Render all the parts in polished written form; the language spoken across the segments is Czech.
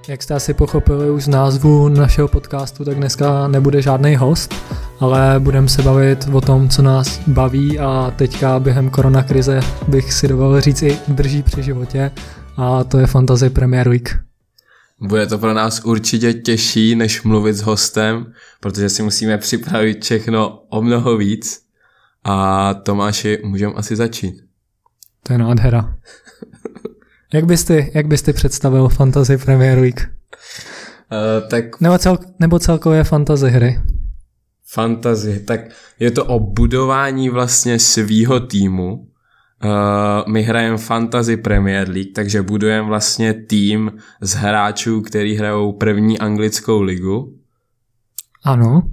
Jak jste asi pochopili už z názvu našeho podcastu, tak dneska nebude žádný host, ale budeme se bavit o tom, co nás baví a teďka během koronakrize bych si dovolil říct i drží při životě, a to je Fantasy Premier League. Bude to pro nás určitě těžší, než mluvit s hostem, protože si musíme připravit všechno o mnoho víc. A Tomáši, můžeme asi začít. To je nádhera. Jak bys ty představil Fantasy Premier League? Nebo celkově fantasy hry? Fantasy, tak je to o budování vlastně svýho týmu. My hrajeme Fantasy Premier League, takže budujeme vlastně tým z hráčů, který hrajou první anglickou ligu. Ano.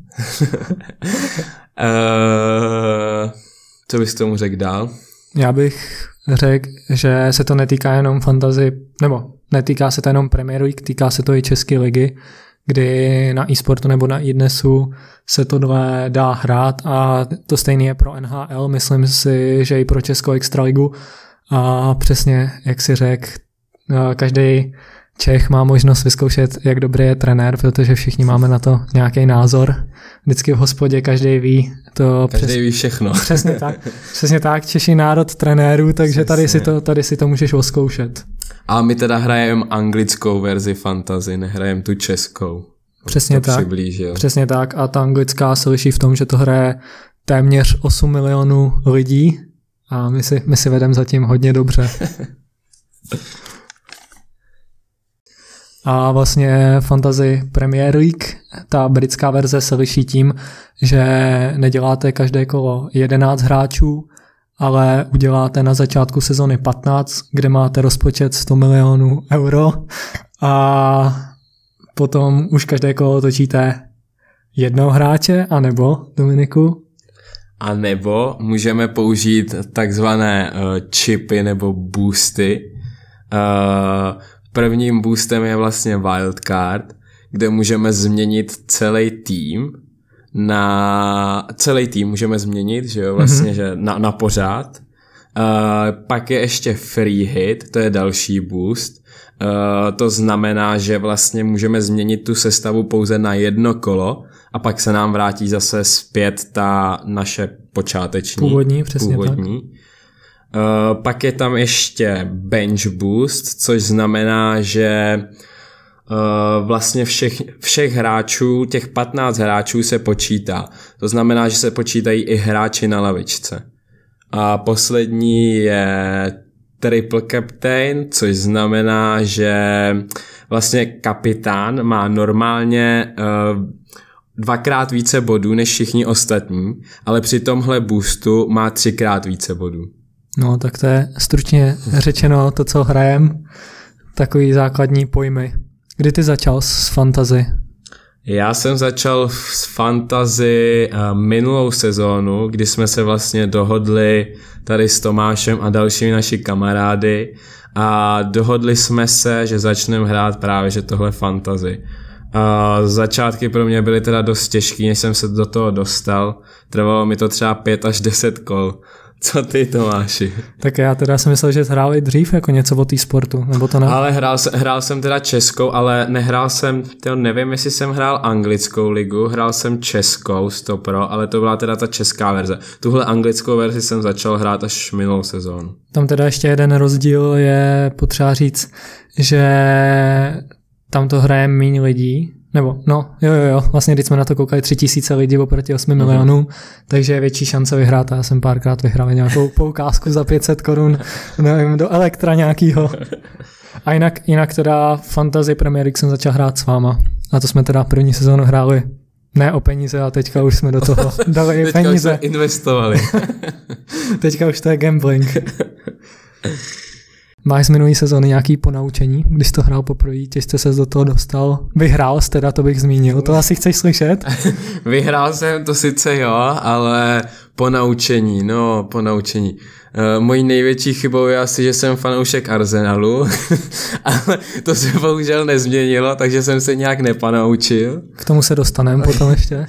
Co bys tomu řekl dál? Já bych řekl, že se to netýká jenom fantasy, nebo netýká se to jenom Premier League, týká se to i České ligy, kdy na eSportu nebo na iDnesu se tohle dá hrát a to stejné je pro NHL, myslím si, že i pro Českou extraligu a přesně, jak si řekl, každý Čech má možnost vyzkoušet, jak dobrý je trenér, protože všichni máme na to nějaký názor. Vždycky v hospodě každý ví to. Každý ví všechno. Přesně tak, Češi národ trenérů, takže tady si to můžeš oskoušet. A my teda hrajeme anglickou verzi fantasy, nehrajeme tu českou. Přesně tak. Přesně tak a ta anglická se liší v tom, že to hraje téměř 8 milionů lidí a my si vedeme zatím hodně dobře. A vlastně Fantasy Premier League, ta britská verze se liší tím, že neděláte každé kolo 11 hráčů, ale uděláte na začátku sezony 15, kde máte rozpočet 100 milionů euro a potom už každé kolo točíte jednoho hráče, anebo, Dominiku? A nebo můžeme použít takzvané chipy nebo boosty. Prvním boostem je vlastně wildcard, kde můžeme změnit celý tým můžeme změnit, že jo, vlastně, že na pořád. Pak je ještě free hit, to je další boost. To znamená, že vlastně můžeme změnit tu sestavu pouze na jedno kolo a pak se nám vrátí zase zpět ta naše počáteční. Původní, přesně tak. Pak je tam ještě bench boost, což znamená, že vlastně všech hráčů, těch 15 hráčů se počítá. To znamená, že se počítají i hráči na lavičce. A poslední je triple captain, což znamená, že vlastně kapitán má normálně dvakrát více bodů než všichni ostatní, ale při tomhle boostu má 3x více bodů. No, tak to je stručně řečeno to, co hrajem, takový základní pojmy. Kdy ty začal s fantasy? Já jsem začal s fantasy minulou sezónu, kdy jsme se vlastně dohodli tady s Tomášem a dalšími naši kamarády a dohodli jsme se, že začneme hrát právě že tohle fantasy. Začátky pro mě byly teda dost těžký, než jsem se do toho dostal. Trvalo mi to třeba 5 až 10 kol. Co ty, Tomáši? Tak já teda jsem myslel, že hrál i dřív jako něco o sportu, nebo to ne? Ale hrál jsem teda českou, ale nehrál jsem, nevím, jestli jsem hrál anglickou ligu, hrál jsem českou 100%, ale to byla teda ta česká verze. Tuhle anglickou verzi jsem začal hrát až minulou sezónu. Tam teda ještě jeden rozdíl je potřeba říct, že tam to hraje méně lidí, nebo jo, vlastně když jsme na to koukali 3000 lidí oproti 8 milionům, takže je větší šance vyhrát a já jsem párkrát vyhrál nějakou poukázku za 500 korun, nevím, do Elektra nějakýho. A jinak teda Fantasy Premier League jsem začal hrát s váma a to jsme teda první sezónu hráli ne o peníze a teďka už jsme do toho dali teďka peníze. Teďka už jsme investovali. Teďka už to je gambling. Máš z minulý sezóny nějaký ponaučení, když to hrál poprvé, těžce ses do toho dostal? Vyhrál jsi teda, to bych zmínil, to asi chceš slyšet? Vyhrál jsem to sice jo, ale ponaučení. Mojí největší chybou je asi, že jsem fanoušek Arsenalu, ale to se bohužel nezměnilo, takže jsem se nějak neponaučil. K tomu se dostaneme potom ještě.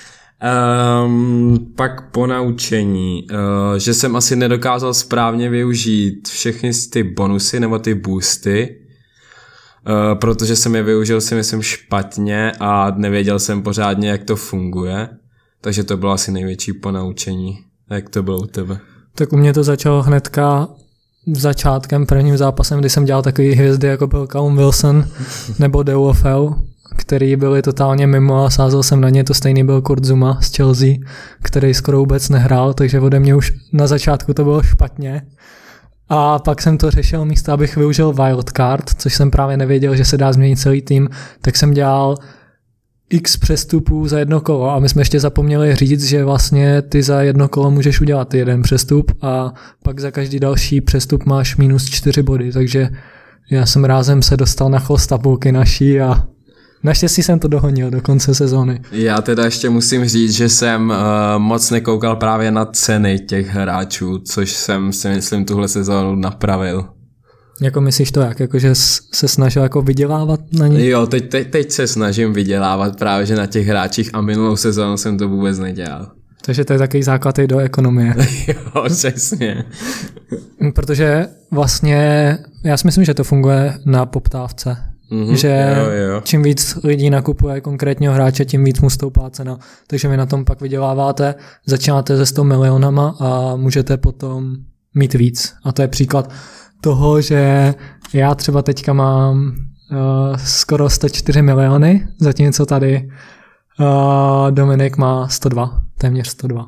Pak ponaučení, že jsem asi nedokázal správně využít všechny ty bonusy nebo ty boosty. protože jsem je využil si myslím špatně a nevěděl jsem pořádně, jak to funguje. Takže to bylo asi největší ponaučení. Jak to bylo u tebe? Tak u mě to začalo hnedka začátkem, prvním zápasem, kdy jsem dělal takový hvězdy, jako byl Callum Wilson nebo DUFL, který byli totálně mimo a sázel jsem na ně. To stejný byl Kurt Zouma z Chelsea, který skoro vůbec nehrál, takže ode mě už na začátku to bylo špatně. A pak jsem to řešil místo, abych využil wildcard, což jsem právě nevěděl, že se dá změnit celý tým, tak jsem dělal x přestupů za jedno kolo a my jsme ještě zapomněli říct, že vlastně ty za jedno kolo můžeš udělat jeden přestup a pak za každý další přestup máš -4 body, takže já jsem rázem se dostal na chvost tabulky naší a naštěstí jsem to dohonil do konce sezóny. Já teda ještě musím říct, že jsem moc nekoukal právě na ceny těch hráčů, což jsem si myslím tuhle sezónu napravil. Jako myslíš to jak? Jako, že se snažil jako vydělávat na ně? Jo, teď se snažím vydělávat právě že na těch hráčích a minulou sezónu jsem to vůbec nedělal. Takže to je takový základ i do ekonomie. Jo, přesně. Protože vlastně, já si myslím, že to funguje na poptávce. Že jo. čím víc lidí nakupuje konkrétního hráče, tím víc mu stoupá cena. Takže vy na tom pak vyděláváte, začínáte se 100 milionama a můžete potom mít víc. A to je příklad toho, že já třeba teďka mám skoro 104 miliony, zatímco tady Dominik má 102, téměř 102.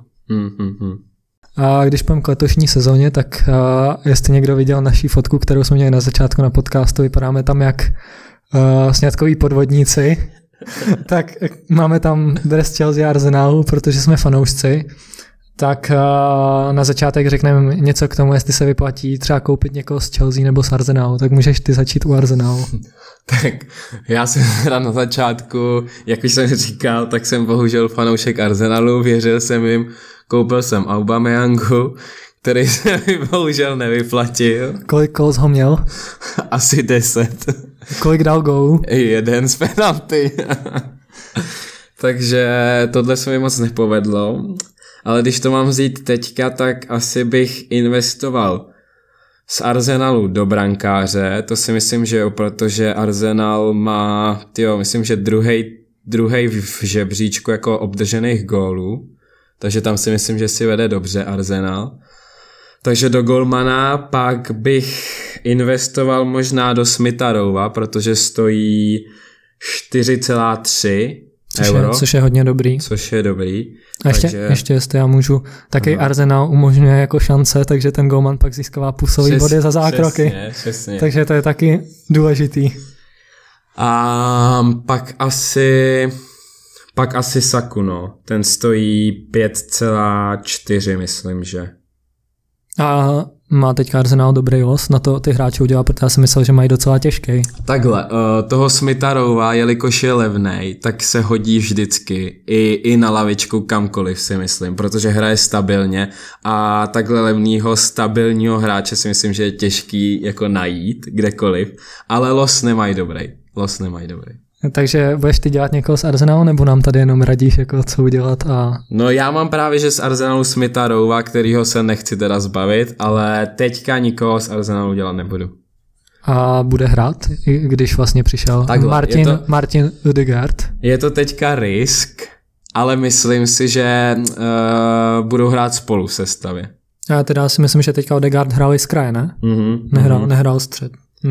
A když půjdeme k letošní sezóně, tak jestli někdo viděl naší fotku, kterou jsme měli na začátku na podcastu, vypadáme tam jak sňatkoví podvodníci, tak máme tam dres Chelsea a Arsenalu, protože jsme fanoušci, tak na začátek řekneme něco k tomu, jestli se vyplatí třeba koupit někoho z Chelsea nebo z Arsenalu, tak můžeš ty začít u Arsenalu. Tak já jsem teda na začátku, jak už jsem říkal, tak jsem bohužel fanoušek Arsenalu, věřil jsem jim, koupil jsem Aubameyangu, který se mi bohužel nevyplatil. Kolik kol ho měl? Asi 10. Kolik dal gólů? 1 z penalty. Takže tohle se mi moc nepovedlo. Ale když to mám vzít teďka, tak asi bych investoval z Arsenalu do brankáře. To si myslím, že jo, protože Arsenal má, myslím, že druhej v žebříčku jako obdržených gólů. Takže tam si myslím, že si vede dobře Arsenal. Takže do golmana pak bych investoval možná do Smitha Rowa, protože stojí 4,3 euro. Což je hodně dobrý. Což je dobrý. A ještě jestli já můžu, taky Arsenal umožňuje jako šance, takže ten golman pak získává plusový body za zákroky. Přesně. Takže to je taky důležitý. A pak asi Saku, no. Ten stojí 5,4, myslím, že. A má teďka Arsenal dobrý los na to ty hráče udělá, protože já jsem myslel, že mají docela těžký. Takhle, toho Smitha Rowa, jelikož je levnej, tak se hodí vždycky i na lavičku kamkoliv si myslím, protože hraje stabilně a takhle levnýho stabilního hráče si myslím, že je těžký jako najít kdekoliv, ale los nemají dobrý. Takže budeš ty dělat někoho z Arsenalu, nebo nám tady jenom radíš, jako co udělat? No já mám právě, že z Arsenalu Smitha Rowa, kterýho se nechci teda zbavit, ale teďka nikoho z Arsenalu dělat nebudu. A bude hrát, když vlastně přišel Martin Ødegaard? Je to teďka risk, ale myslím si, že budou hrát spolu v sestavě. Já teda si myslím, že teďka Ødegaard hrál i z kraje, ne? Nehrál střed.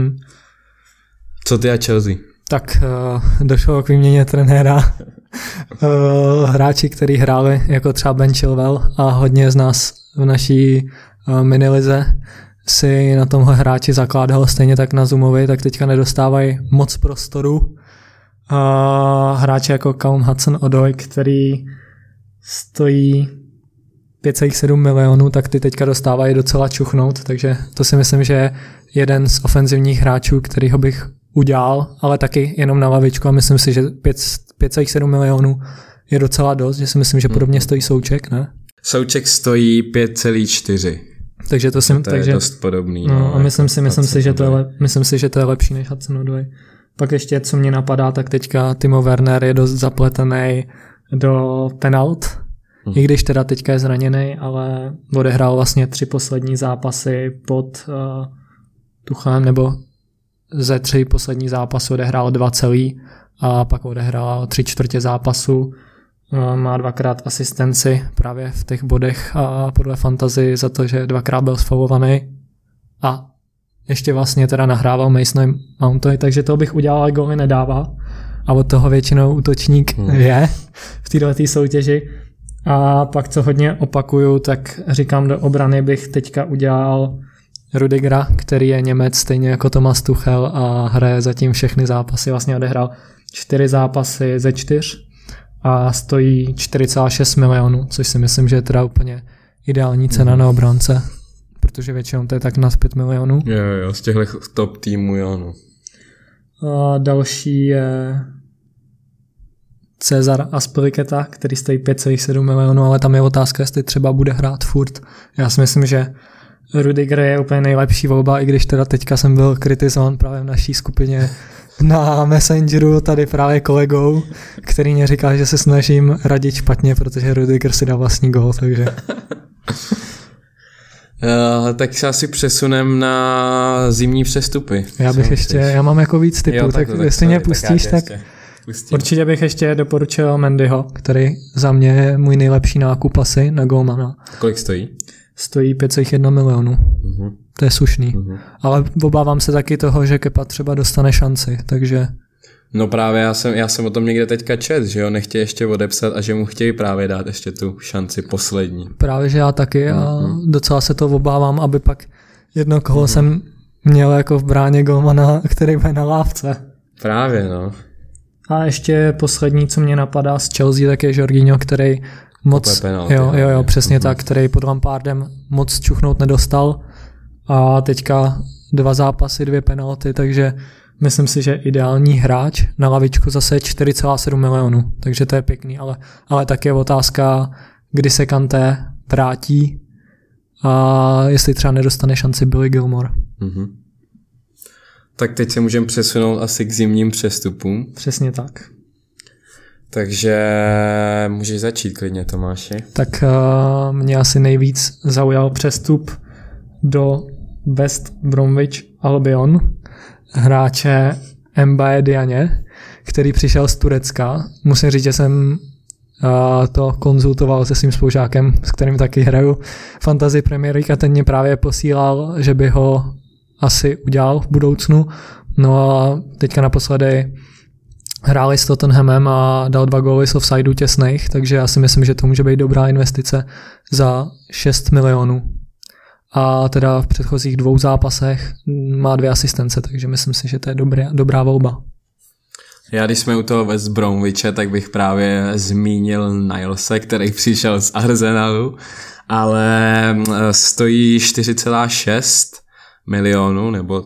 Co ty a Chelsea? Tak došlo k výměně trenéra. Hráči, kteří hráli jako třeba Ben Chilwell a hodně z nás v naší minilize si na tomhle hráči zakládal stejně tak na Zoomovi, tak teďka nedostávají moc prostoru. Hráči jako Callum Hudson-Odoi, který stojí 5,7 milionů, tak ty teďka dostávají docela čuchnout, takže to si myslím, že je jeden z ofenzivních hráčů, kterýho bych udělal, ale taky jenom na lavičku a myslím si, že 5,7 milionů je docela dost, že si myslím, že podobně stojí Souček, ne? Souček stojí 5,4. Takže to je dost podobný. No, a myslím si, že to je lepší než Hudson-Odoi. Pak ještě, co mě napadá, tak teďka Timo Werner je dost zapletený do penalt, i když teda teďka je zraněný, ale odehrál vlastně 3 poslední zápasy pod Tuchelem, nebo ze 3 poslední zápasů odehrál 2 celý a pak odehrál 3/4 zápasu. Má 2krát asistenci právě v těch bodech a podle fantasy za to, že 2krát byl sfaulovaný a ještě vlastně teda nahrával Mason Mountovi, takže to bych udělal, ale góly nedává a od toho většinou útočník je v této soutěži. A pak co hodně opakuju, tak říkám, do obrany bych teďka udělal Rüdigera, který je Němec stejně jako Thomas Tuchel a hraje zatím všechny zápasy, vlastně odehrál 4 zápasy ze 4 a stojí 4,6 milionů, což si myslím, že je teda úplně ideální cena na obránce, protože většinou to je tak nad 5 milionů. Jo, z těchto top týmů, jo. No. A další je Cezar Azpilicueta, který stojí 5,7 milionů, ale tam je otázka, jestli třeba bude hrát furt. Já si myslím, že Rüdiger je úplně nejlepší volba, i když teda teďka jsem byl kritizován právě v naší skupině na Messengeru tady právě kolegou, který mě říkal, že se snažím radit špatně, protože Rüdiger si dal vlastní gól, takže... Tak se asi přesunem na zimní přestupy. Já mám jako víc typů, tak jestli mě pustíš, tak určitě bych ještě doporučil Mendyho, který za mě je můj nejlepší nákup asi na golmana. Kolik stojí? Stojí 5,1 milionů. To je slušný. Ale obávám se taky toho, že Kepa třeba dostane šanci, takže... No právě já jsem o tom někde teďka čet, že jo, nechtějí ještě odepsat a že mu chtějí právě dát ještě tu šanci poslední. Právě, že já taky a docela se to obávám, aby pak jednoho jsem měl jako v bráně golmana, který bude na lávce. Právě, no. A ještě poslední, co mě napadá z Chelsea, tak je Jorginho, který moc, penalty, jo, přesně tak, který pod Lampardem moc čuchnout nedostal a teďka 2 zápasy, 2 penalty, takže myslím si, že ideální hráč na lavičku zase 4,7 milionů, takže to je pěkný, ale tak je otázka, kdy se Kanté vrátí a jestli třeba nedostane šanci Billy Gilmore. Tak teď se můžeme přesunout asi k zimním přestupům. Přesně tak. Takže můžeš začít klidně, Tomáši. Tak mě asi nejvíc zaujal přestup do West Bromwich Albion hráče Mbaye Diagne, který přišel z Turecka. Musím říct, že jsem to konzultoval se svým spolužákem, s kterým taky hraju Fantasy Premier League a ten mě právě posílal, že by ho asi udělal v budoucnu. No a teďka naposledy hráli s Tottenhamem a dal 2 góly z offsideu těsných, takže já si myslím, že to může být dobrá investice za 6 milionů. A teda v předchozích 2 zápasech má 2 asistence, takže myslím si, že to je dobrá volba. Já když jsme u toho West Bromwiche, tak bych právě zmínil Nilese, který přišel z Arsenalu, ale stojí 4,6 milionů, nebo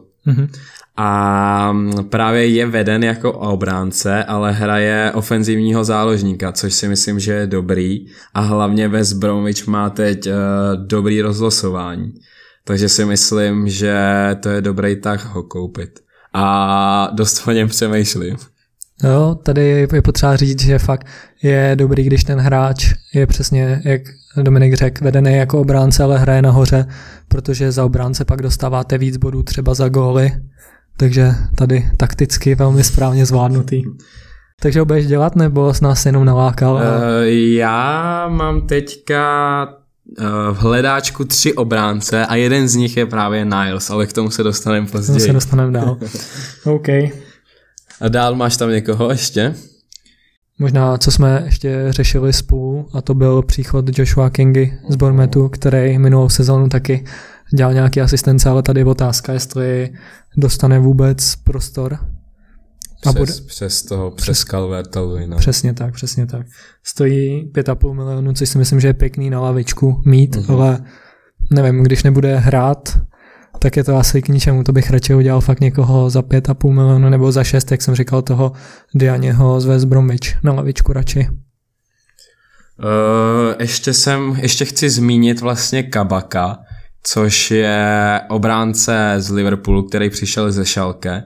a právě je veden jako obránce, ale hraje ofenzivního záložníka, což si myslím, že je dobrý a hlavně West Bromwich má teď dobrý rozlosování, takže si myslím, že to je dobrý tah ho koupit a dost o něm přemýšlím. Jo, tady je potřeba říct, že fakt je dobrý, když ten hráč je přesně, jak Dominik řekl, vedený jako obránce, ale hraje nahoře, protože za obránce pak dostáváte víc bodů třeba za góly, takže tady takticky velmi správně zvládnutý. Takže ho budeš dělat, nebo jsi nás jenom nalákal? Já mám teďka v hledáčku 3 obránce a jeden z nich je právě Niles, ale k tomu se dostaneme později. Se dostaneme dál. OK. A dál máš tam někoho ještě? Možná, co jsme ještě řešili spolu, a to byl příchod Joshua Kingy z Bournemouthu, který minulou sezónu taky dělal nějaký asistence, ale tady je otázka, jestli dostane vůbec prostor. Přes Calvert-Lewina. Přesně tak. Stojí 5,5 milionů, což si myslím, že je pěkný na lavičku mít, ale nevím, když nebude hrát, tak je to asi k ničemu, to bych radši udělal fakt někoho za 5,5 milionu nebo za 6, jak jsem říkal, toho Dianeho z West Bromwich na lavičku radši. Ještě chci zmínit vlastně Kabaka, což je obránce z Liverpoolu, který přišel ze Schalke.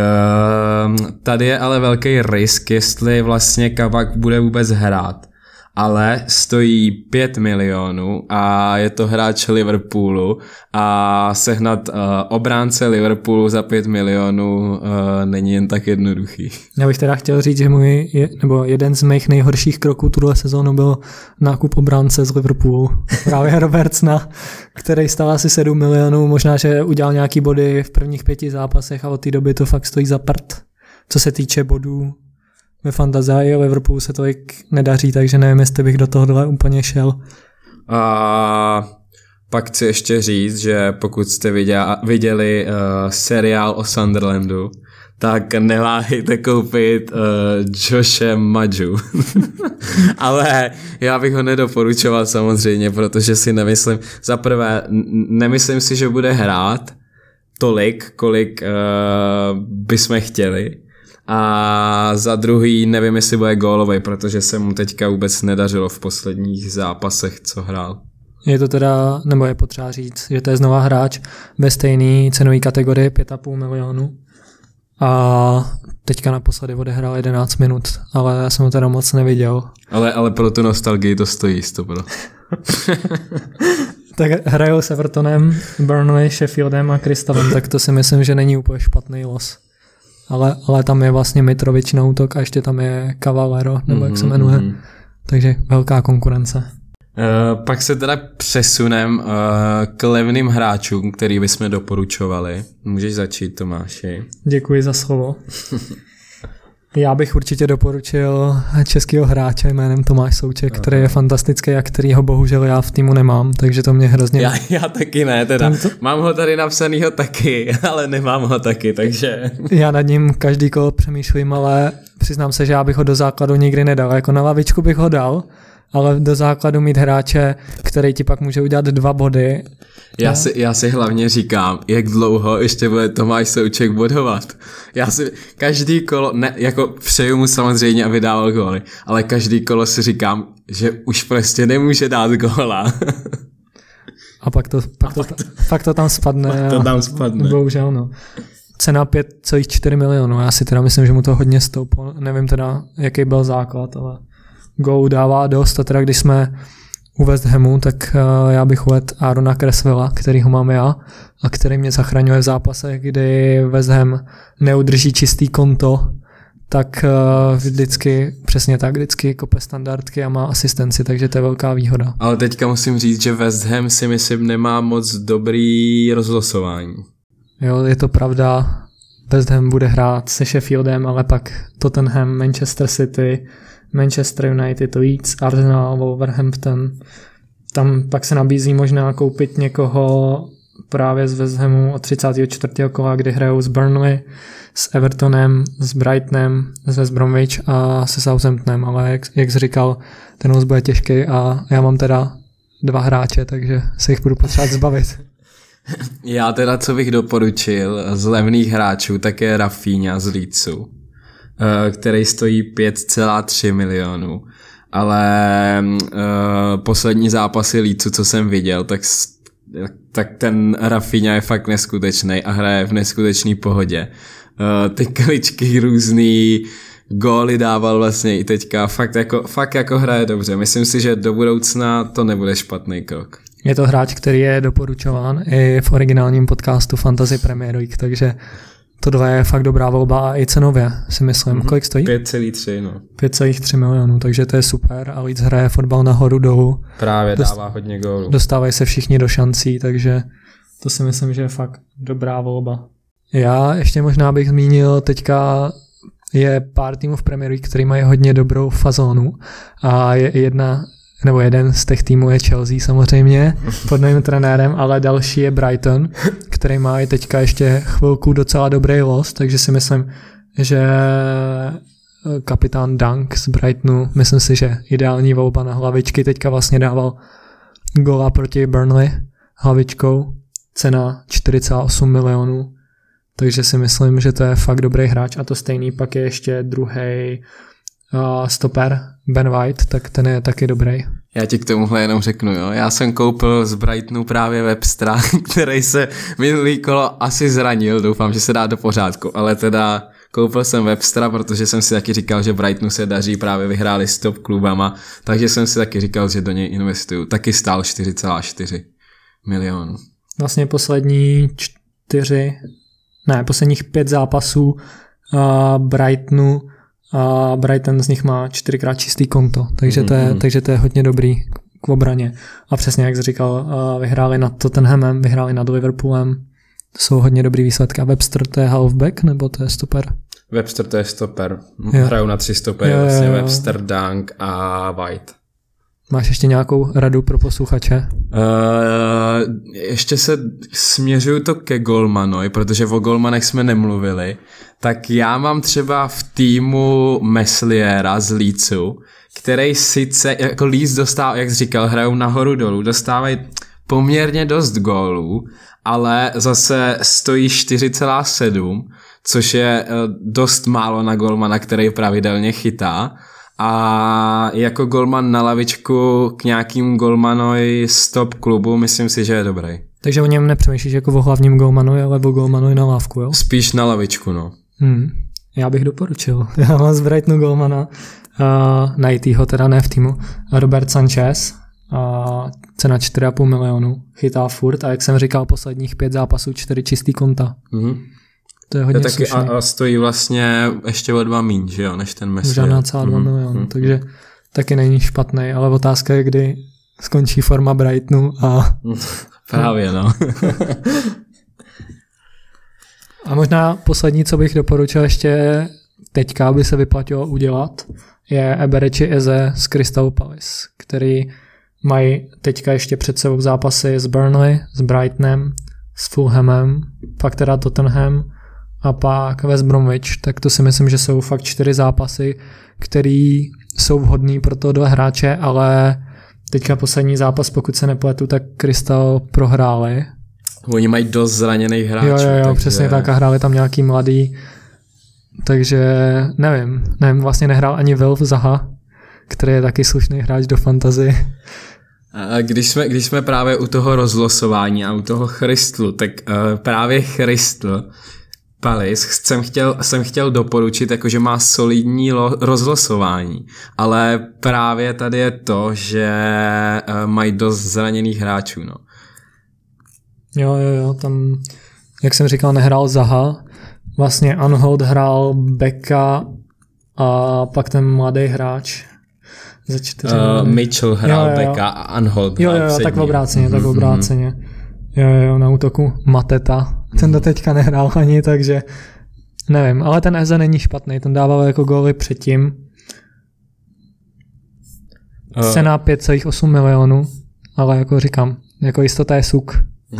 Tady je ale velký risk, jestli vlastně Kabak bude vůbec hrát. ale stojí 5 milionů a je to hráč Liverpoolu a sehnat obránce Liverpoolu za 5 milionů není jen tak jednoduchý. Já bych teda chtěl říct, že jeden z mých nejhorších kroků tuhle sezónu byl nákup obránce z Liverpoolu. Právě Robertsona, který stál asi 7 milionů, možná, že udělal nějaký body v prvních 5 zápasech a od té doby to fakt stojí za prd. Co se týče bodů ve fantazii, Liverpoolu se tolik nedaří, takže nevím, jestli bych do tohohle úplně šel. A pak chci ještě říct, že pokud jste viděli seriál o Sunderlandu, tak neváhejte koupit Joshe Madžu. Ale já bych ho nedoporučoval samozřejmě, protože si nemyslím, zaprvé nemyslím si, že bude hrát tolik, kolik bychom chtěli. A za druhý nevím, jestli bude gólovej, protože se mu teďka vůbec nedařilo v posledních zápasech, co hrál. Je to teda, nebo je potřeba říct, že to je znova hráč ve stejné cenové kategorii 5,5 milionů. A teďka naposledy odehrál 11 minut, ale já jsem ho teda moc neviděl. Ale pro tu nostalgii to stojí 100%. Tak hrajou s Evertonem, Burnley, Sheffieldem a Crystalem, tak to si myslím, že není úplně špatný los. Ale tam je vlastně Mitrovič na útok a ještě tam je Cavallero, nebo jak se jmenuje. Takže velká konkurence. Pak se teda přesunem k levným hráčům, který bychom doporučovali. Můžeš začít, Tomáši. Děkuji za slovo. Já bych určitě doporučil českého hráče jménem Tomáš Souček, který je fantastický a kterýho bohužel já v týmu nemám, takže to mě hrozně... Já taky ne, teda. Mám ho tady napsanýho taky, ale nemám ho taky, takže... Já nad ním každý kolo přemýšlím, ale přiznám se, že já bych ho do základu nikdy nedal. Jako na lavičku bych ho dal, ale do základu mít hráče, který ti pak může udělat 2 body. Já si hlavně říkám, jak dlouho ještě bude Tomáš Souček bodovat. Já si každý kolo, ne, jako přeju mu samozřejmě, aby dával góly, ale každý kolo si říkám, že už prostě nemůže dát góla. A pak to tam spadne. To tam spadne. Bohužel, no. Cena 5,4 milionů. Já si teda myslím, že mu to hodně stouplo. Nevím teda, jaký byl základ, ale gól dává dost. A teda když jsme u West Hamu, tak já bych uvedl Aarona Cresswella, který ho mám já a který mě zachraňuje v zápasech, kdy West Ham neudrží čistý konto, tak vždycky kope standardky a má asistenci, takže to je velká výhoda. Ale teďka musím říct, že West Ham si myslím nemá moc dobrý rozlosování. Jo, je to pravda. West Ham bude hrát se Sheffieldem, ale pak Tottenham, Manchester City, Manchester United, Leeds, Arsenal, Wolverhampton. Tam pak se nabízí možná koupit někoho právě z West Hamu od 34. kola, kdy hrajou s Burnley, s Evertonem, s Brightonem, s West Bromwich a se Southamptonem, ale jak jsi říkal, ten los bude těžký a já mám teda 2 hráče, takže se jich budu potřebovat zbavit. Já teda, co bych doporučil z levných hráčů, tak je Rafinha z Leedsu, který stojí 5,3 milionů. Ale poslední zápasy Leedsu, co jsem viděl, tak ten Rafinha je fakt neskutečný a hraje v neskutečný pohodě. Ty kličky různý, góly dával vlastně i teďka, fakt jako hraje dobře. Myslím si, že do budoucna to nebude špatný krok. Je to hráč, který je doporučován i v originálním podcastu Fantasy Premier League, takže tohle je fakt dobrá volba a i cenově si myslím. Kolik stojí? 5,3, no. 5,3 milionů, takže to je super a Leeds hraje fotbal nahoru dolů. Právě dává hodně gólů. Dostávají se všichni do šancí, takže to si myslím, že je fakt dobrá volba. Já ještě možná bych zmínil, teďka je pár týmů v Premier League, který mají hodně dobrou fazónu a jeden z těch týmů je Chelsea samozřejmě pod novým trenérem, ale další je Brighton, který má i teďka ještě chvilku docela dobrý los, takže si myslím, že kapitán Dunk z Brightonu, myslím si, že ideální volba na hlavičky, teďka vlastně dával góla proti Burnley hlavičkou, cena 4,8 milionů, takže si myslím, že to je fakt dobrý hráč a to stejný pak je ještě druhý stoper Ben White, tak ten je taky dobrý. Já ti k tomuhle jenom řeknu, jo. Já jsem koupil z Brightonu právě Webstera, který se minulý kolo asi zranil, doufám, že se dá do pořádku, ale teda koupil jsem Webstera, protože jsem si taky říkal, že Brightonu se daří, právě vyhráli s top klubama, takže jsem si taky říkal, že do něj investuju. Taky stál 4,4 milionů. Vlastně posledních 5 zápasů Brightonu a Brighton z nich má 4x čistý konto, takže to je hodně dobrý k obraně. A přesně jak jsi říkal, vyhráli nad Tottenhamem, vyhráli nad Liverpoolem, to jsou hodně dobrý výsledky. A Webster to je halfback, nebo to je stoper? Webster to je stoper. Hrajou na 3 stopery, vlastně Webster, Dunk a White. Máš ještě nějakou radu pro posluchače? Ještě se směřuju to ke golmanoj, protože o golmanech jsme nemluvili. Tak já mám třeba v týmu Mesliera z Leedsu, který sice, jako Leeds dostává, jak jsi říkal, hrajou nahoru dolů, dostávají poměrně dost gólů, ale zase stojí 4,7, což je dost málo na golmana, který pravidelně chytá. A jako golman na lavičku k nějakým golmanoj z top klubu myslím si, že je dobrý. Takže o něm nepřemýšlíš jako o hlavním golmanovi, ale o golmanovi na lávku, jo? Spíš na lavičku, no. Já bych doporučil. Já mám z Brightonu golmana, najítýho teda ne v týmu, Robert Sanchez, cena 4,5 milionu, chytá furt a jak jsem říkal, posledních 5 zápasů 4 čistý konta. To je hodně slušný. A stojí vlastně ještě o 2 míň, že jo, než ten Messi. Žádná celá 2 milionu, takže taky není špatný, ale otázka je, kdy skončí forma Brightonu a... Právě, no. A možná poslední, co bych doporučil ještě teďka, by se vyplatilo udělat, je Eberechi Eze z Crystal Palace, který mají teďka ještě před sebou zápasy s Burnley, s Brightonem, s Fulhamem, pak teda Tottenham a pak West Bromwich, tak to si myslím, že jsou fakt 4 zápasy, které jsou vhodný pro tohle hráče, ale teďka poslední zápas, pokud se nepletu, tak Crystal prohráli. Oni mají dost zraněných hráčů. Jo, takže... přesně tak a hráli tam nějaký mladý, takže nevím, vlastně nehrál ani Wilf Zaha, který je taky slušný hráč do fantasy. A když jsme právě u toho rozlosování a u toho Crystlu, tak právě Crystal Palace jsem chtěl doporučit, jakože má solidní rozlosování, ale právě tady je to, že mají dost zraněných hráčů, no. Jo, tam, jak jsem říkal, nehrál Zaha, vlastně Anhold hrál backa a pak ten mladý hráč za 4 Mitchell hrál backa a Anhold hrál přední. Tak obráceně. Jo, na útoku Mateta. Ten do teďka nehrál ani, takže nevím, ale ten Eze není špatný, ten dával jako góly předtím. Cena 5,8 milionů, ale jako říkám, jako jistota je suk.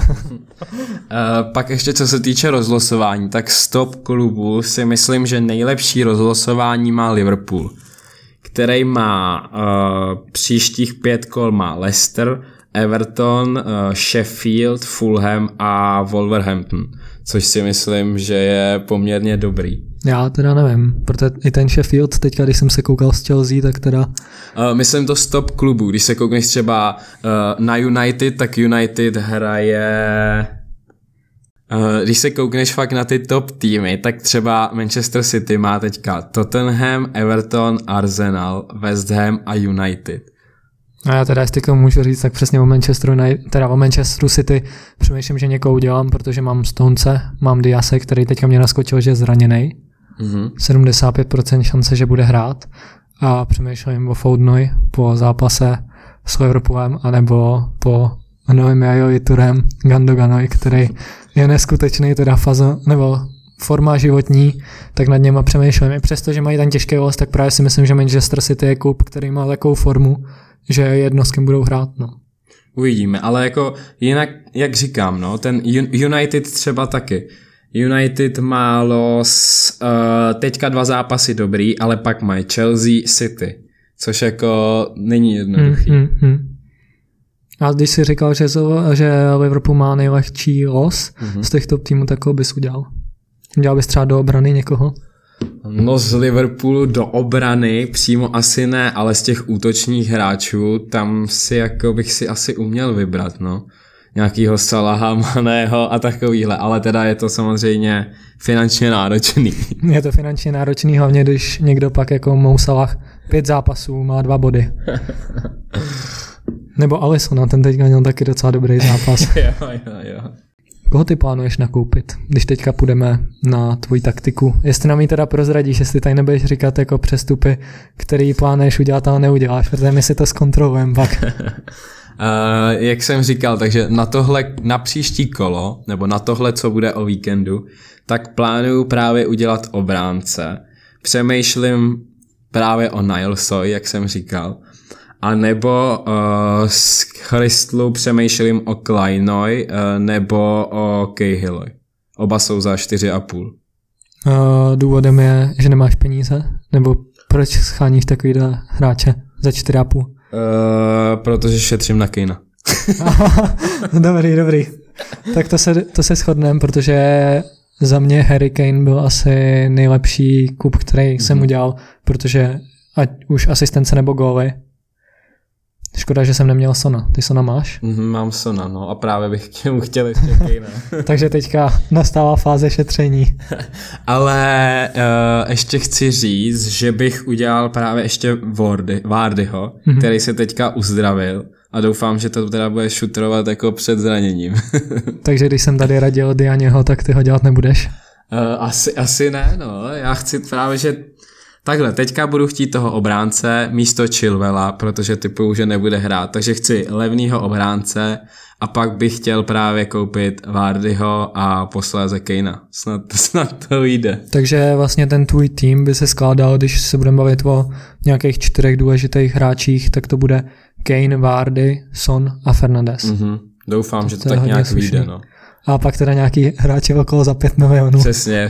Pak ještě co se týče rozlosování, tak z top klubu si myslím, že nejlepší rozlosování má Liverpool, který má příštích 5 kol má Leicester, Everton, Sheffield, Fulham a Wolverhampton, což si myslím, že je poměrně dobrý. Já teda nevím, protože i ten Sheffield teďka, když jsem se koukal z Chelsea, tak teda... Myslím to z top klubu, když se koukneš třeba na United, tak United hraje... Když se koukneš fakt na ty top týmy, tak třeba Manchester City má teďka Tottenham, Everton, Arsenal, West Ham a United. A já teda, jestli můžu říct, tak přesně o Manchesteru City přemýšlím, že někoho udělám, protože mám Stonce, mám Diase, který teďka mě naskočil, že je zraněnej. 75% šance, že bude hrát. A přemýšlím o Foudnoy po zápase s Liverpoolem, anebo po Noemi Turem Gandoganoj, který je neskutečný, teda forma životní, tak nad něma přemýšlím. I přesto, že mají ten těžký los, tak právě si myslím, že Manchester City je klub, který má takovou formu, že jedno s kým budou hrát, no. Uvidíme, ale jako jinak, jak říkám, no, ten United třeba taky. United má teďka 2 zápasy dobrý, ale pak mají Chelsea, City, což jako není jednoduchý. A když jsi říkal, že Liverpool má nejlehčí los z těchto týmů, tak ho bys udělal? Udělal bys třeba do obrany někoho? No z Liverpoolu do obrany přímo asi ne, ale z těch útočních hráčů tam bych si asi uměl vybrat, no. nějakýho Salaha, Maného a takovýhle, ale teda je to samozřejmě finančně náročný. Je to finančně náročný, hlavně když někdo pak jako Mo Salah 5 zápasů má 2 body. Nebo Alisson, ten teďka měl taky docela dobrý zápas. jo. Koho ty plánuješ nakoupit, když teďka půjdeme na tvoji taktiku? Jestli nám ji teda prozradíš, jestli tady nebudeš říkat jako přestupy, který plánuješ udělat, ale neuděláš, protože my si to zkontrolujeme pak. Jak jsem říkal, takže na příští kolo, nebo na tohle, co bude o víkendu, tak plánuju právě udělat obránce. Přemýšlím právě o Nilesovi, jak jsem říkal, a nebo s Christlou přemýšlím o Kleinoj nebo o Cahillovi. Oba jsou za 4,5. Důvodem je, že nemáš peníze? Nebo proč scháníš takovýhle hráče za 4,5? Protože šetřím na Kanea. Dobrý. Tak to se shodneme, protože za mě Harry Kane byl asi nejlepší kup, který jsem udělal, protože ať už asistence nebo góly. Škoda, že jsem neměl Sona. Ty Sona máš? Mám Sona, no a právě bych chtěl ještě Kanea. Takže teďka nastává fáze šetření. Ale ještě chci říct, že bych udělal právě ještě Vardyho, který se teďka uzdravil a doufám, že to teda bude šutrovat jako před zraněním. Takže když jsem tady radil Dianěho, tak ty ho dělat nebudeš? Asi ne, no. Já chci právě, že takhle, teďka budu chtít toho obránce místo Chilwella, protože typuju, že nebude hrát, takže chci levnýho obránce a pak bych chtěl právě koupit Vardyho a posléze Kanea. Snad to jde. Takže vlastně ten tvůj tým by se skládal, když se budeme bavit o nějakých 4 důležitých hráčích, tak to bude Kane, Vardy, Son a Fernandes. Doufám, že to tak nějak vyjde, no. A pak teda nějaký hráči okolo za 5 milionů. Přesně.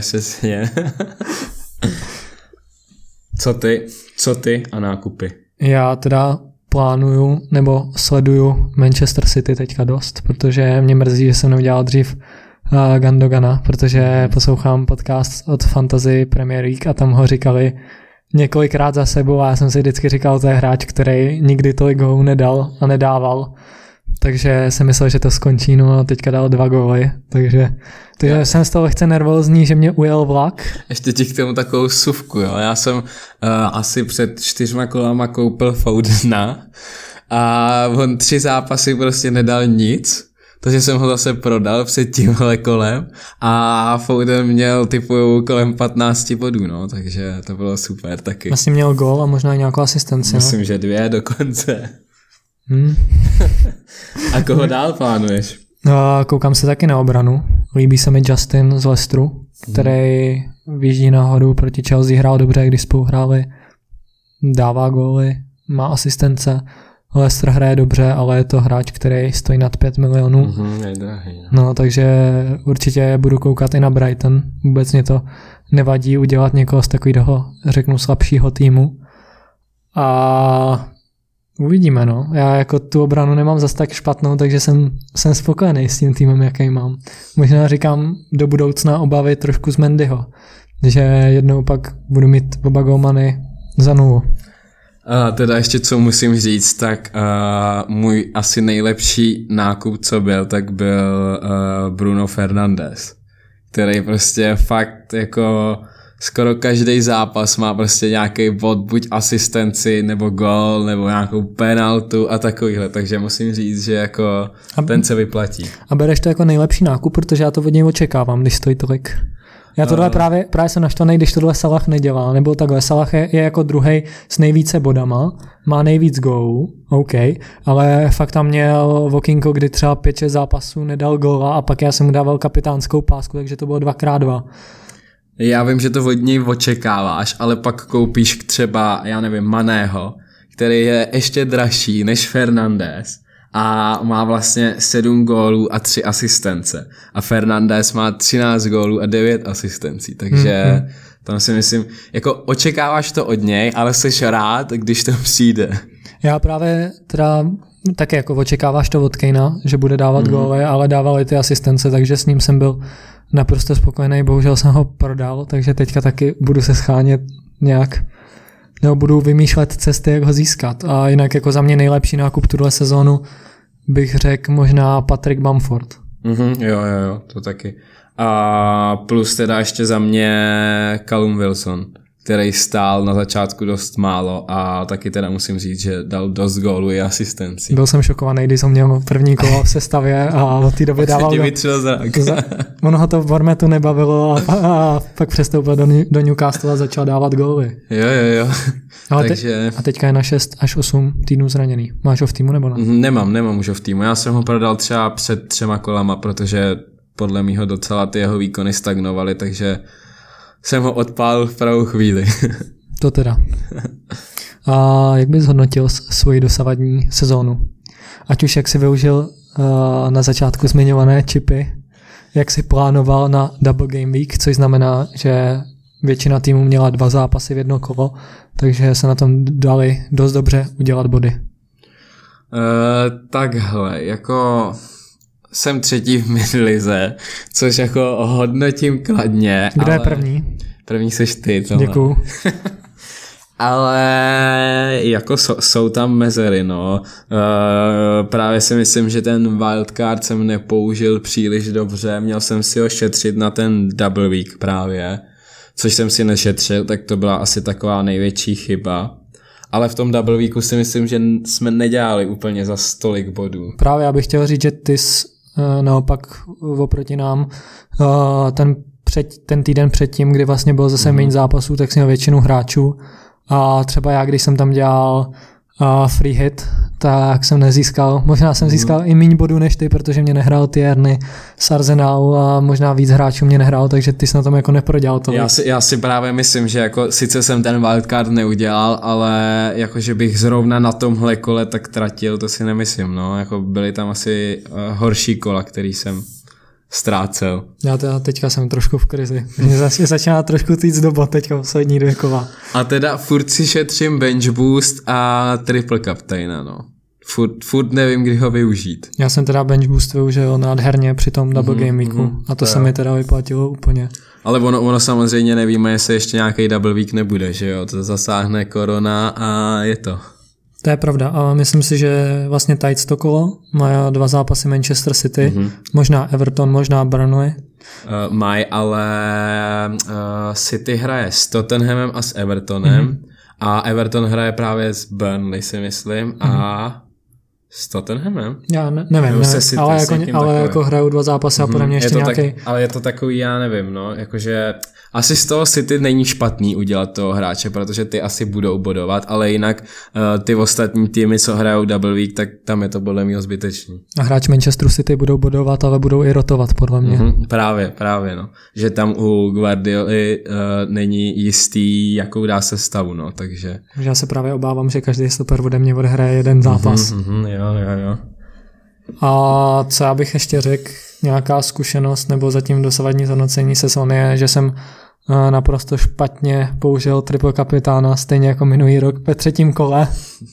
Co ty a nákupy? Já teda plánuju nebo sleduju Manchester City teďka dost, protože mě mrzí, že jsem neudělal dřív Gundogana, protože poslouchám podcast od Fantasy Premier League a tam ho říkali několikrát za sebou a já jsem si vždycky říkal, to je hráč, který nikdy tolik gólů nedal a nedával. Takže jsem myslel, že to skončí, no a teďka dal 2 góly, takže jsem z toho lehce nervózní, že mě ujel vlak. Ještě ti k tomu takovou suvku, jo. Já jsem asi před 4 kolama koupil Fodena a on 3 zápasy prostě nedal nic, takže jsem ho zase prodal před tímhle kolem a Foden měl typu kolem 15 bodů, no, takže to bylo super taky. Vlastně měl gól a možná i nějakou asistenci. Myslím, že 2 dokonce. A koho dál plánuješ? Koukám se taky na obranu. Líbí se mi Justin z Leicesteru, který vyjíždí nahoru proti Chelsea, hrál dobře, když spolu hráli, dává góly, má asistence. Leicester hraje dobře, ale je to hráč, který stojí nad 5 milionů. Je drahý. No, takže určitě budu koukat i na Brighton. Vůbec mě to nevadí udělat někoho z takového, řeknu, slabšího týmu. A uvidíme, no. Já jako tu obranu nemám zas tak špatnou, takže jsem spokojený s tím týmem, jaký mám. Možná říkám do budoucna obavy trošku z Mendyho, že jednou pak budu mít oba golmany za 0. A teda ještě co musím říct, tak můj asi nejlepší nákup, co byl, tak byl Bruno Fernandes, který prostě fakt jako skoro každý zápas má prostě nějaký bod, buď asistenci, nebo gól, nebo nějakou penaltu a takovýhle, takže musím říct, že jako ten se vyplatí. A bereš to jako nejlepší nákup, protože já to od něj očekávám, když stojí tolik. Já tohle právě jsem naštvaný, když tohle Salah nedělá, nebo takhle. Salah je jako druhej s nejvíce bodama, má nejvíc gólů, OK, ale fakt tam měl okýnko, kdy třeba 5-6 zápasů nedal góla a pak já jsem mu dával kapitánskou pásku, takže to bylo 2x2. Já vím, že to od něj očekáváš, ale pak koupíš třeba, já nevím, Maného, který je ještě dražší než Fernandes a má vlastně 7 gólů a 3 asistence. A Fernandes má 13 gólů a 9 asistencí, takže tam si myslím, jako očekáváš to od něj, ale jsi rád, když to přijde. Já právě teda taky jako očekáváš to od Kanea, že bude dávat góly, ale dával i ty asistence, takže s ním jsem byl naprosto spokojený, bohužel jsem ho prodal, takže teďka taky budu se schánět nějak, nebo budu vymýšlet cesty, jak ho získat. A jinak jako za mě nejlepší nákup tuhle sezónu bych řekl možná Patrick Bamford. Jo, to taky. A plus teda ještě za mě Callum Wilson, který stál na začátku dost málo a taky teda musím říct, že dal dost gólů i asistenci. Byl jsem šokovaný, když jsem měl první kolo v sestavě a od té doby dával... Ono ho to v Bournemouthu nebavilo a pak přestoupil do Newcastle a začal dávat góly. Jo. Ale takže... A teďka je na 6 až 8 týdnů zraněný. Máš ho v týmu nebo ne? Nemám už ho v týmu. Já jsem ho prodal třeba před 3 kolama, protože podle mýho docela ty jeho výkony stagnovaly, takže jsem ho odpálil v pravou chvíli. To teda. A jak bys hodnotil svoji dosavadní sezónu? Ať už jak jsi využil na začátku zmiňované čipy, jak jsi plánoval na Double Game Week, což znamená, že většina týmů měla 2 zápasy v jedno kolo, takže se na tom dali dost dobře udělat body. Takhle, jako jsem 3. v midlize, což jako hodnotím kladně. Kdo je první? První seš ty. Děkuju. Ale jako jsou tam mezery, no. Právě si myslím, že ten wildcard jsem nepoužil příliš dobře, měl jsem si ho šetřit na ten double week právě, což jsem si nešetřil, tak to byla asi taková největší chyba. Ale v tom double weeku si myslím, že jsme nedělali úplně za tolik bodů. Právě já bych chtěl říct, že ty naopak oproti nám ten týden předtím, kdy vlastně bylo zase méně zápasů, tak jsem měl většinu hráčů a třeba já, když jsem tam dělal free hit, tak jsem nezískal, možná jsem získal i méně bodů než ty, protože mě nehrál Tierney z Arsenalu a možná víc hráčů mě nehrál, takže ty jsi na tom jako neprodělal to. Já si právě myslím, že jako sice jsem ten wildcard neudělal, ale jakože bych zrovna na tomhle kole tak tratil, to si nemyslím, no, jako byly tam asi horší kola, který jsem ztrácel. Já teďka jsem trošku v krizi. Mě začíná trošku týct do bod teďka poslední 2 kola. A teda furt si šetřím bench boost a triple captaina, no. Furt nevím, kdy ho využít. Já jsem teda bench boost využil nádherně při tom double game weeku a to se mi teda vyplatilo úplně. Ale ono samozřejmě nevíme, jestli ještě nějaký double week nebude, že jo? To zasáhne korona a je to. To je pravda, ale myslím si, že vlastně tajc to kolo má 2 zápasy Manchester City, možná Everton, možná Burnley. Mají, ale City hraje s Tottenhamem a s Evertonem a Everton hraje právě s Burnley, si myslím, a s Tottenhamem? Já nevím, City, ale jako hrajou 2 zápasy a podle mě ještě nějaký... Ale je to takový, já nevím, no, jakože asi z toho City není špatný udělat toho hráče, protože ty asi budou bodovat, ale jinak ty ostatní týmy, co hrajou double week, tak tam je to podle mě zbytečný. A hráči Manchesteru City budou bodovat, ale budou i rotovat, podle mě. Právě, no. Že tam u Guardioli není jistý, jakou dá se stavu, no, takže... Já se právě obávám, že každý stoper ode mě odehraje jeden zápas. Jo. A co já bych ještě řekl, nějaká zkušenost nebo zatím dosavadní zhodnocení sezóny je, že jsem naprosto špatně použil triple kapitána, stejně jako minulý rok ve 3. kole.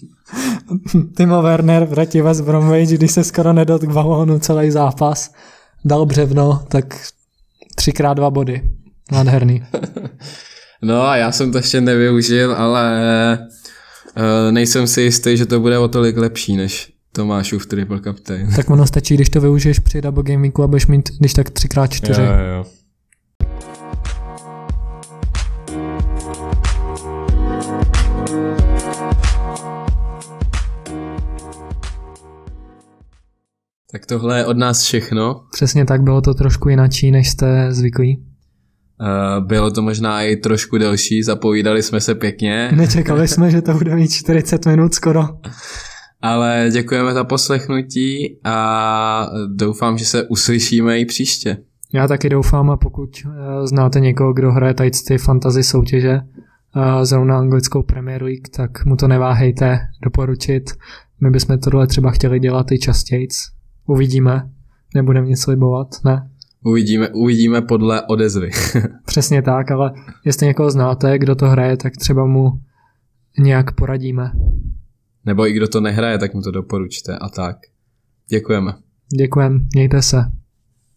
Timo Werner proti West Bromwich, když se skoro nedot k balónu celý zápas, dal břevno, tak 3x2 body. Nádherný. No a já jsem to ještě nevyužil, ale nejsem si jistý, že to bude o tolik lepší než Tomášův triple captain. Tak ono stačí, když to využiješ při double game weeku a budeš mít, když tak 3x4. Jo. Tak tohle je od nás všechno. Přesně tak, bylo to trošku jinačí, než jste zvyklí. Bylo to možná i trošku delší, zapovídali jsme se pěkně. Nečekali jsme, že to bude mít 40 minut skoro. Ale děkujeme za poslechnutí a doufám, že se uslyšíme i příště. Já taky doufám, a pokud znáte někoho, kdo hraje tady ty fantasy soutěže, zrovna anglickou Premier League, tak mu to neváhejte doporučit. My bychom tohle třeba chtěli dělat i častějc. Uvidíme. Nebudeme nic slibovat, ne? Uvidíme podle odezvy. Přesně tak, ale jestli někoho znáte, kdo to hraje, tak třeba mu nějak poradíme. Nebo i kdo to nehraje, tak mu to doporučte a tak. Děkujeme. Děkujeme, mějte se.